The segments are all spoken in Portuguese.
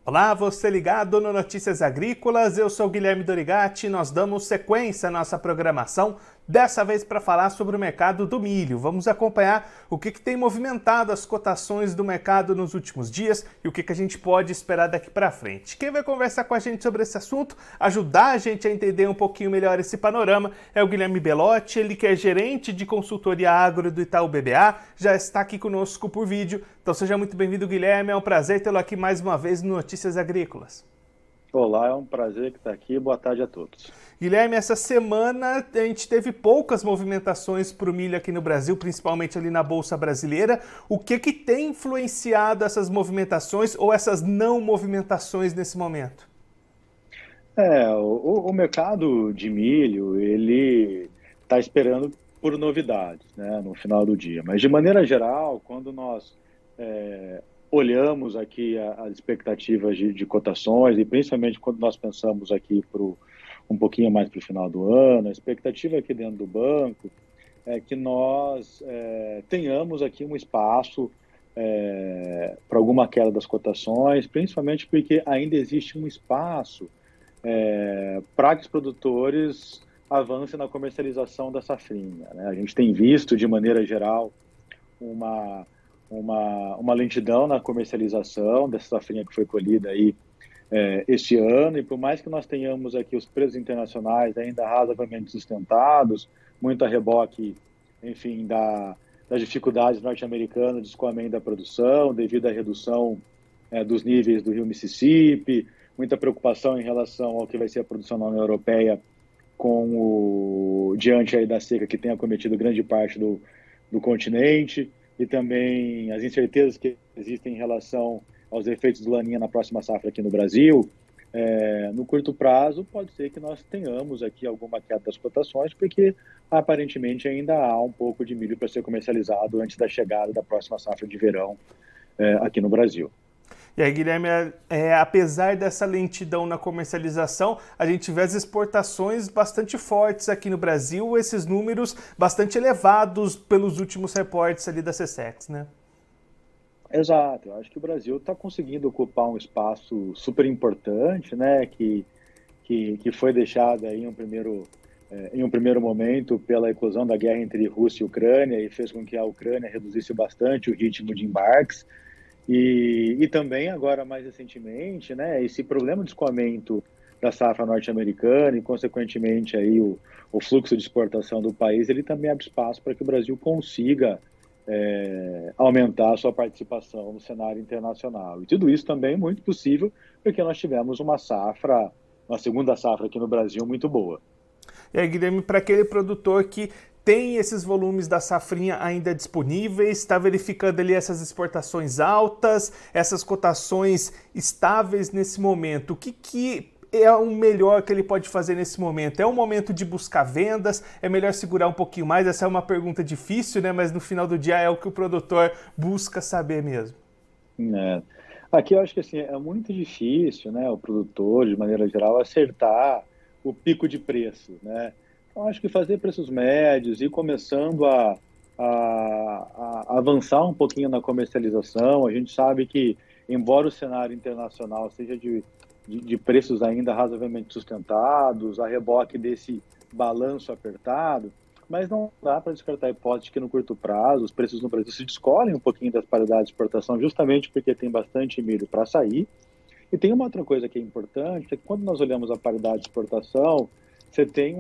Olá, você ligado no Notícias Agrícolas, eu sou Guilherme Dorigatti e nós damos sequência à nossa programação, dessa vez para falar sobre o mercado do milho. Vamos acompanhar o que tem movimentado as cotações do mercado nos últimos dias e o que a gente pode esperar daqui para frente. Quem vai conversar com a gente sobre esse assunto, ajudar a gente a entender um pouquinho melhor esse panorama, é o Guilherme Belotti, ele que é gerente de consultoria agro do Itaú BBA, já está aqui conosco por vídeo. Então seja muito bem-vindo, Guilherme, é um prazer tê-lo aqui mais uma vez no Notícias Agrícolas. Olá, é um prazer estar aqui. Boa tarde a todos. Guilherme, essa semana a gente teve poucas movimentações para o milho aqui no Brasil, principalmente ali na Bolsa Brasileira. O que tem influenciado essas movimentações ou essas não movimentações nesse momento? O mercado de milho, ele está esperando por novidades, né, no final do dia. Mas, de maneira geral, quando nós olhamos aqui as expectativas de cotações, e principalmente quando nós pensamos aqui um pouquinho mais para o final do ano, a expectativa aqui dentro do banco é que nós tenhamos aqui um espaço para alguma queda das cotações, principalmente porque ainda existe um espaço para que os produtores avancem na comercialização da safrinha, né? A gente tem visto, de maneira geral, uma lentidão na comercialização dessa safrinha que foi colhida aí este ano, e por mais que nós tenhamos aqui os preços internacionais ainda razoavelmente sustentados, muito a reboque, enfim, das dificuldades norte-americanas de escoamento da produção, devido à redução dos níveis do rio Mississippi, muita preocupação em relação ao que vai ser a produção na União Europeia diante aí da seca que tem acometido grande parte do continente, e também as incertezas que existem em relação aos efeitos do Laninha na próxima safra aqui no Brasil. No curto prazo, pode ser que nós tenhamos aqui alguma queda das cotações, porque aparentemente ainda há um pouco de milho para ser comercializado antes da chegada da próxima safra de verão aqui no Brasil. E aí, Guilherme, apesar dessa lentidão na comercialização, a gente vê as exportações bastante fortes aqui no Brasil, esses números bastante elevados pelos últimos reportes ali da SECEX, né? Exato, eu acho que o Brasil está conseguindo ocupar um espaço super importante, né, que foi deixado aí em um primeiro momento pela eclosão da guerra entre Rússia e Ucrânia, e fez com que a Ucrânia reduzisse bastante o ritmo de embarques. E também agora, mais recentemente, né, esse problema de escoamento da safra norte-americana e, consequentemente, aí o fluxo de exportação do país, ele também abre espaço para que o Brasil consiga aumentar a sua participação no cenário internacional. E tudo isso também é muito possível porque nós tivemos uma segunda safra aqui no Brasil muito boa. E aí, Guilherme, para aquele produtor que tem esses volumes da safrinha ainda disponíveis, está verificando ali essas exportações altas, essas cotações estáveis nesse momento. O que é o melhor que ele pode fazer nesse momento? É um momento de buscar vendas? É melhor segurar um pouquinho mais? Essa é uma pergunta difícil, né? Mas no final do dia é o que o produtor busca saber mesmo. Aqui eu acho que assim, é muito difícil, né, o produtor, de maneira geral, acertar o pico de preço, né? Eu acho que fazer preços médios e começando a avançar um pouquinho na comercialização. A gente sabe que, embora o cenário internacional seja de preços ainda razoavelmente sustentados, a reboque desse balanço apertado, mas não dá para descartar a hipótese que no curto prazo os preços no Brasil se descolem um pouquinho das paridades de exportação, justamente porque tem bastante milho para sair. E tem uma outra coisa que é importante, é que quando nós olhamos a paridade de exportação, você tem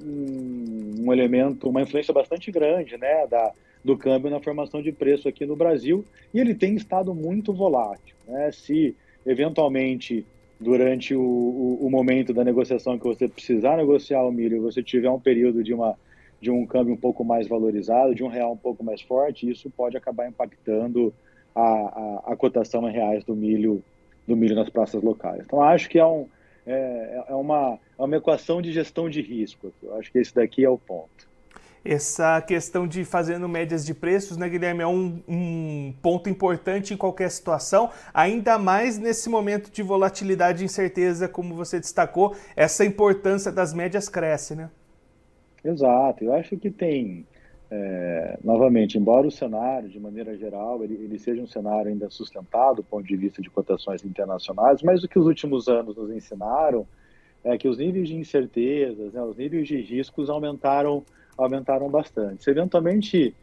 um elemento, uma influência bastante grande, né, do câmbio na formação de preço aqui no Brasil, e ele tem estado muito volátil, né? Se, eventualmente, durante o momento da negociação que você precisar negociar o milho, você tiver um período de um câmbio um pouco mais valorizado, de um real um pouco mais forte, isso pode acabar impactando a cotação em reais do milho nas praças locais. Então, acho que é uma equação de gestão de risco. Eu acho que esse daqui é o ponto. Essa questão de fazendo médias de preços, né, Guilherme, é um ponto importante em qualquer situação, ainda mais nesse momento de volatilidade e incerteza, como você destacou, essa importância das médias cresce, né? Exato. Eu acho que tem novamente, embora o cenário, de maneira geral, ele seja um cenário ainda sustentado do ponto de vista de cotações internacionais, mas o que os últimos anos nos ensinaram é que os níveis de incertezas, né, os níveis de riscos aumentaram bastante. Se eventualmente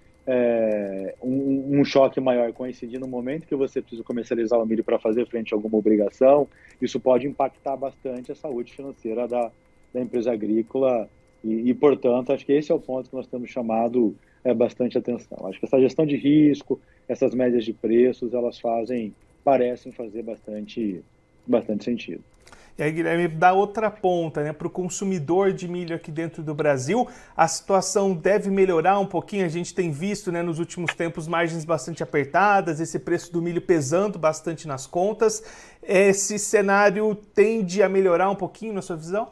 um choque maior coincidir no momento que você precisa comercializar o milho para fazer frente a alguma obrigação, isso pode impactar bastante a saúde financeira da empresa agrícola e, portanto, acho que esse é o ponto que nós temos chamado bastante atenção. Acho que essa gestão de risco, essas médias de preços, parecem fazer bastante sentido. E aí, Guilherme, da outra ponta, né, para o consumidor de milho aqui dentro do Brasil, a situação deve melhorar um pouquinho. A gente tem visto, né, nos últimos tempos margens bastante apertadas, esse preço do milho pesando bastante nas contas. Esse cenário tende a melhorar um pouquinho na sua visão?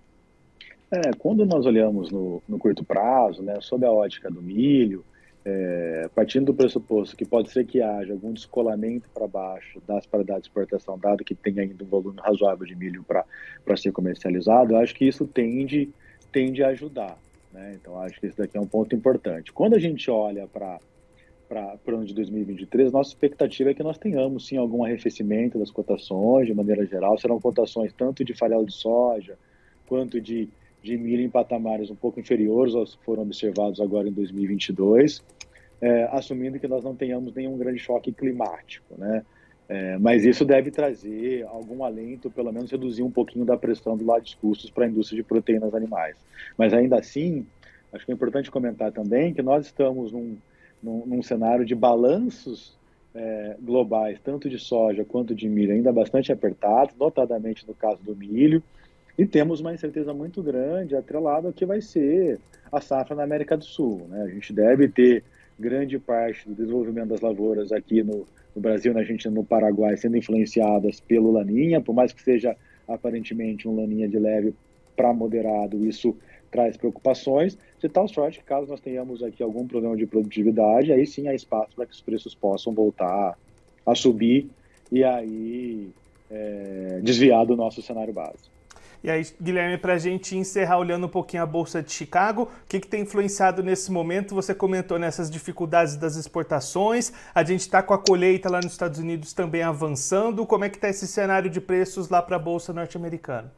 Quando nós olhamos no curto prazo, né, sob a ótica do milho, partindo do pressuposto que pode ser que haja algum descolamento para baixo das paridades de exportação, dado que tem ainda um volume razoável de milho para ser comercializado, eu acho que isso tende a ajudar, né? Então, acho que esse daqui é um ponto importante. Quando a gente olha para o ano de 2023, nossa expectativa é que nós tenhamos, sim, algum arrefecimento das cotações, de maneira geral. Serão cotações tanto de farelo de soja, quanto de milho em patamares um pouco inferiores aos que foram observados agora em 2022, assumindo que nós não tenhamos nenhum grande choque climático, né? Mas isso deve trazer algum alento, pelo menos reduzir um pouquinho da pressão do lado dos custos para a indústria de proteínas animais. Mas ainda assim, acho que é importante comentar também que nós estamos num cenário de balanços globais, tanto de soja quanto de milho, ainda bastante apertados, notadamente no caso do milho, e temos uma incerteza muito grande atrelada ao que vai ser a safra na América do Sul, né? A gente deve ter grande parte do desenvolvimento das lavouras aqui no Brasil, na Argentina, no Paraguai, sendo influenciadas pelo Laninha, por mais que seja aparentemente um Laninha de leve para moderado, isso traz preocupações, de tal sorte que caso nós tenhamos aqui algum problema de produtividade, aí sim há espaço para que os preços possam voltar a subir e aí desviar do nosso cenário base. E aí, Guilherme, para a gente encerrar olhando um pouquinho a Bolsa de Chicago, o que tem influenciado nesse momento? Você comentou nessas dificuldades das exportações, a gente está com a colheita lá nos Estados Unidos também avançando. Como é que está esse cenário de preços lá para a Bolsa norte-americana?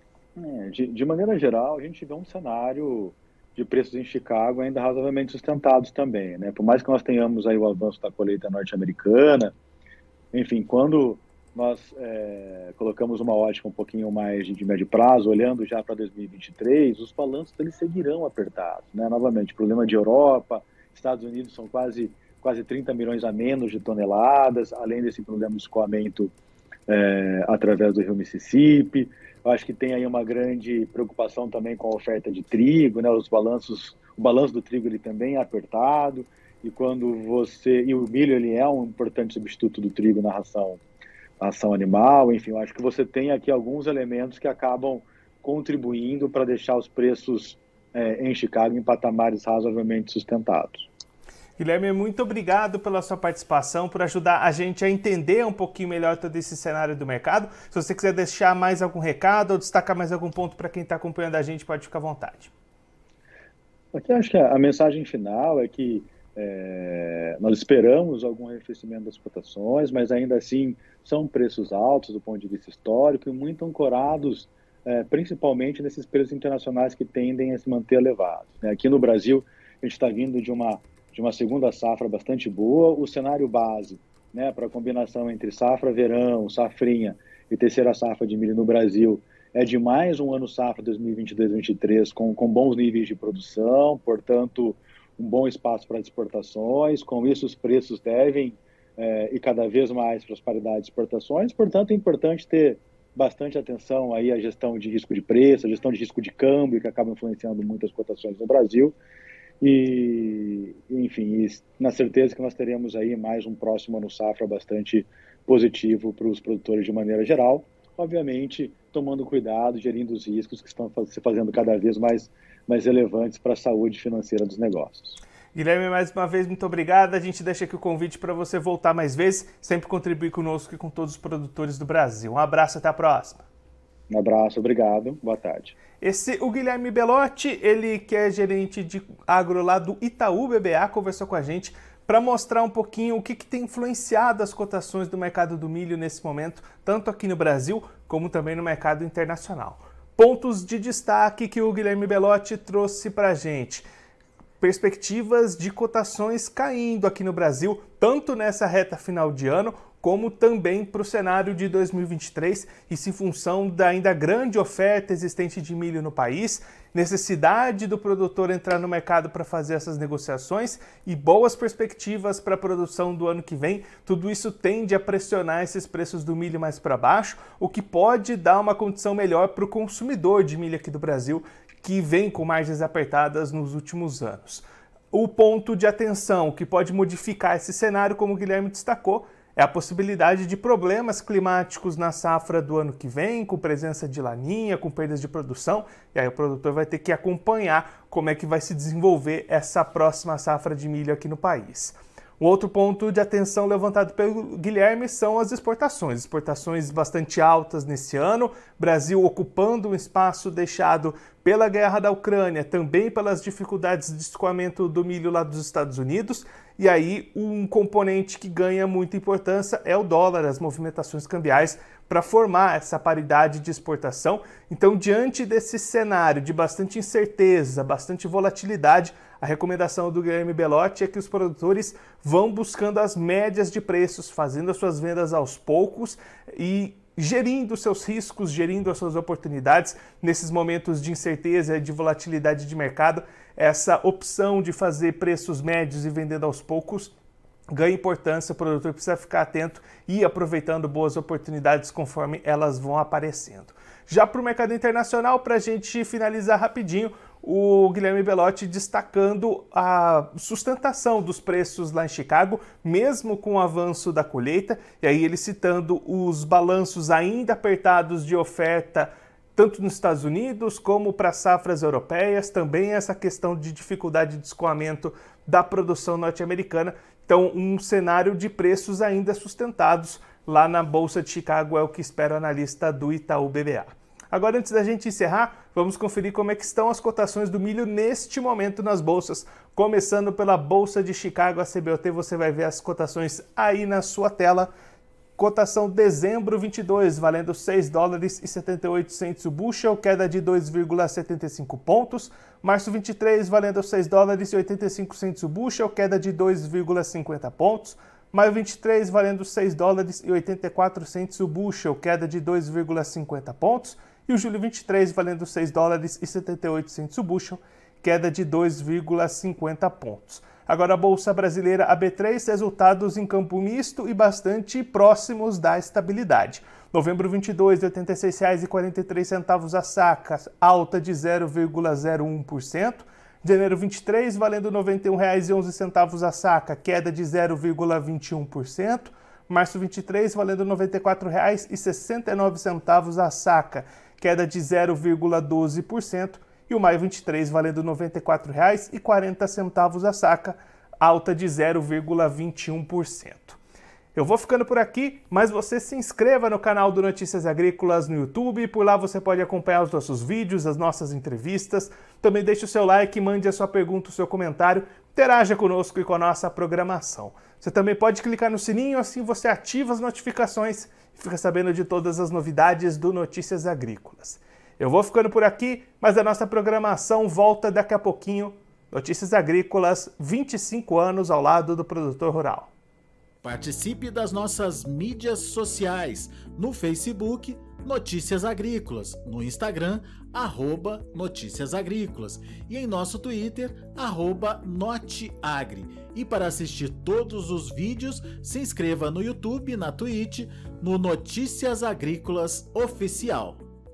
De maneira geral, a gente vê um cenário de preços em Chicago ainda razoavelmente sustentados também, né? Por mais que nós tenhamos aí o avanço da colheita norte-americana, enfim, quando nós colocamos uma ótica um pouquinho mais de médio prazo, olhando já para 2023, os balanços eles seguirão apertados, né? Novamente, problema de Europa, Estados Unidos são quase 30 milhões a menos de toneladas, além desse problema de escoamento através do rio Mississippi. Eu acho que tem aí uma grande preocupação também com a oferta de trigo, né? O balanço do trigo ele também é apertado, e o milho ele é um importante substituto do trigo na ração animal. Enfim, eu acho que você tem aqui alguns elementos que acabam contribuindo para deixar os preços em Chicago em patamares razoavelmente sustentados. Guilherme, muito obrigado pela sua participação, por ajudar a gente a entender um pouquinho melhor todo esse cenário do mercado. Se você quiser deixar mais algum recado ou destacar mais algum ponto para quem está acompanhando a gente, pode ficar à vontade. Aqui acho que a mensagem final é que nós esperamos algum arrefecimento das cotações, mas ainda assim são preços altos do ponto de vista histórico e muito ancorados principalmente nesses preços internacionais que tendem a se manter elevados, né? Aqui no Brasil a gente está vindo de uma segunda safra bastante boa. O cenário base, né, para a combinação entre safra verão, safrinha e terceira safra de milho no Brasil é de mais um ano safra 2022-2023 com bons níveis de produção, portanto um bom espaço para exportações. Com isso, os preços devem ir cada vez mais para as paridades de exportações. Portanto, é importante ter bastante atenção aí à gestão de risco de preço, à gestão de risco de câmbio, que acaba influenciando muitas cotações no Brasil. E, enfim, na certeza que nós teremos aí mais um próximo ano safra bastante positivo para os produtores de maneira geral. Obviamente, tomando cuidado, gerindo os riscos que estão se fazendo cada vez mais relevantes para a saúde financeira dos negócios. Guilherme, mais uma vez, muito obrigado. A gente deixa aqui o convite para você voltar mais vezes, sempre contribuir conosco e com todos os produtores do Brasil. Um abraço, até a próxima. Um abraço, obrigado, boa tarde. O Guilherme Belotti, ele que é gerente de agro lá do Itaú BBA, conversou com a gente para mostrar um pouquinho o que tem influenciado as cotações do mercado do milho nesse momento, tanto aqui no Brasil como também no mercado internacional. Pontos de destaque que o Guilherme Belotti trouxe para a gente. Perspectivas de cotações caindo aqui no Brasil, tanto nessa reta final de ano, como também para o cenário de 2023, isso em função da ainda grande oferta existente de milho no país, necessidade do produtor entrar no mercado para fazer essas negociações e boas perspectivas para a produção do ano que vem. Tudo isso tende a pressionar esses preços do milho mais para baixo, o que pode dar uma condição melhor para o consumidor de milho aqui do Brasil, que vem com margens apertadas nos últimos anos. O ponto de atenção que pode modificar esse cenário, como o Guilherme destacou, é a possibilidade de problemas climáticos na safra do ano que vem, com presença de laninha, com perdas de produção, e aí o produtor vai ter que acompanhar como é que vai se desenvolver essa próxima safra de milho aqui no país. Um outro ponto de atenção levantado pelo Guilherme são as exportações. Exportações bastante altas nesse ano, Brasil ocupando um espaço deixado pela guerra da Ucrânia, também pelas dificuldades de escoamento do milho lá dos Estados Unidos, e aí um componente que ganha muita importância é o dólar, as movimentações cambiais para formar essa paridade de exportação. Então, diante desse cenário de bastante incerteza, bastante volatilidade, a recomendação do Guilherme Belotti é que os produtores vão buscando as médias de preços, fazendo as suas vendas aos poucos e gerindo seus riscos, gerindo as suas oportunidades nesses momentos de incerteza e de volatilidade de mercado. Essa opção de fazer preços médios e vendendo aos poucos ganha importância, o produtor precisa ficar atento e aproveitando boas oportunidades conforme elas vão aparecendo. Já para o mercado internacional, para a gente finalizar rapidinho, o Guilherme Belotti destacando a sustentação dos preços lá em Chicago, mesmo com o avanço da colheita, e aí ele citando os balanços ainda apertados de oferta, tanto nos Estados Unidos como para safras europeias, também essa questão de dificuldade de escoamento da produção norte-americana. Então, um cenário de preços ainda sustentados lá na Bolsa de Chicago é o que espera o analista do Itaú BBA. Agora, antes da gente encerrar, vamos conferir como é que estão as cotações do milho neste momento nas bolsas. Começando pela Bolsa de Chicago, a CBOT, você vai ver as cotações aí na sua tela. Cotação dezembro 22, valendo $6,78 o bushel, queda de 2,75 pontos. Março 23, valendo $6,85 o bushel, queda de 2,50 pontos. Maio 23, valendo $6,84 o bushel, queda de 2,50 pontos. E o julho 23, valendo $6,78 o bushel, queda de 2,50 pontos. Agora a Bolsa Brasileira, a B3, resultados em campo misto e bastante próximos da estabilidade. Novembro 22, R$ 86,43 a saca, alta de 0,01%. Janeiro 23, valendo R$ 91,11 a saca, queda de 0,21%. Março 23, valendo R$ 94,69 a saca, queda de 0,12%. E o maio 23, valendo R$ 94,40 a saca, alta de 0,21%. Eu vou ficando por aqui, mas você se inscreva no canal do Notícias Agrícolas no YouTube, por lá você pode acompanhar os nossos vídeos, as nossas entrevistas. Também deixe o seu like, mande a sua pergunta, o seu comentário, interaja conosco e com a nossa programação. Você também pode clicar no sininho, assim você ativa as notificações e fica sabendo de todas as novidades do Notícias Agrícolas. Eu vou ficando por aqui, mas a nossa programação volta daqui a pouquinho. Notícias Agrícolas, 25 anos ao lado do produtor rural. Participe das nossas mídias sociais, no Facebook, Notícias Agrícolas, no Instagram, @Notícias Agrícolas e em nosso Twitter, @Noteagri. E para assistir todos os vídeos, se inscreva no YouTube, na Twitch, no Notícias Agrícolas Oficial.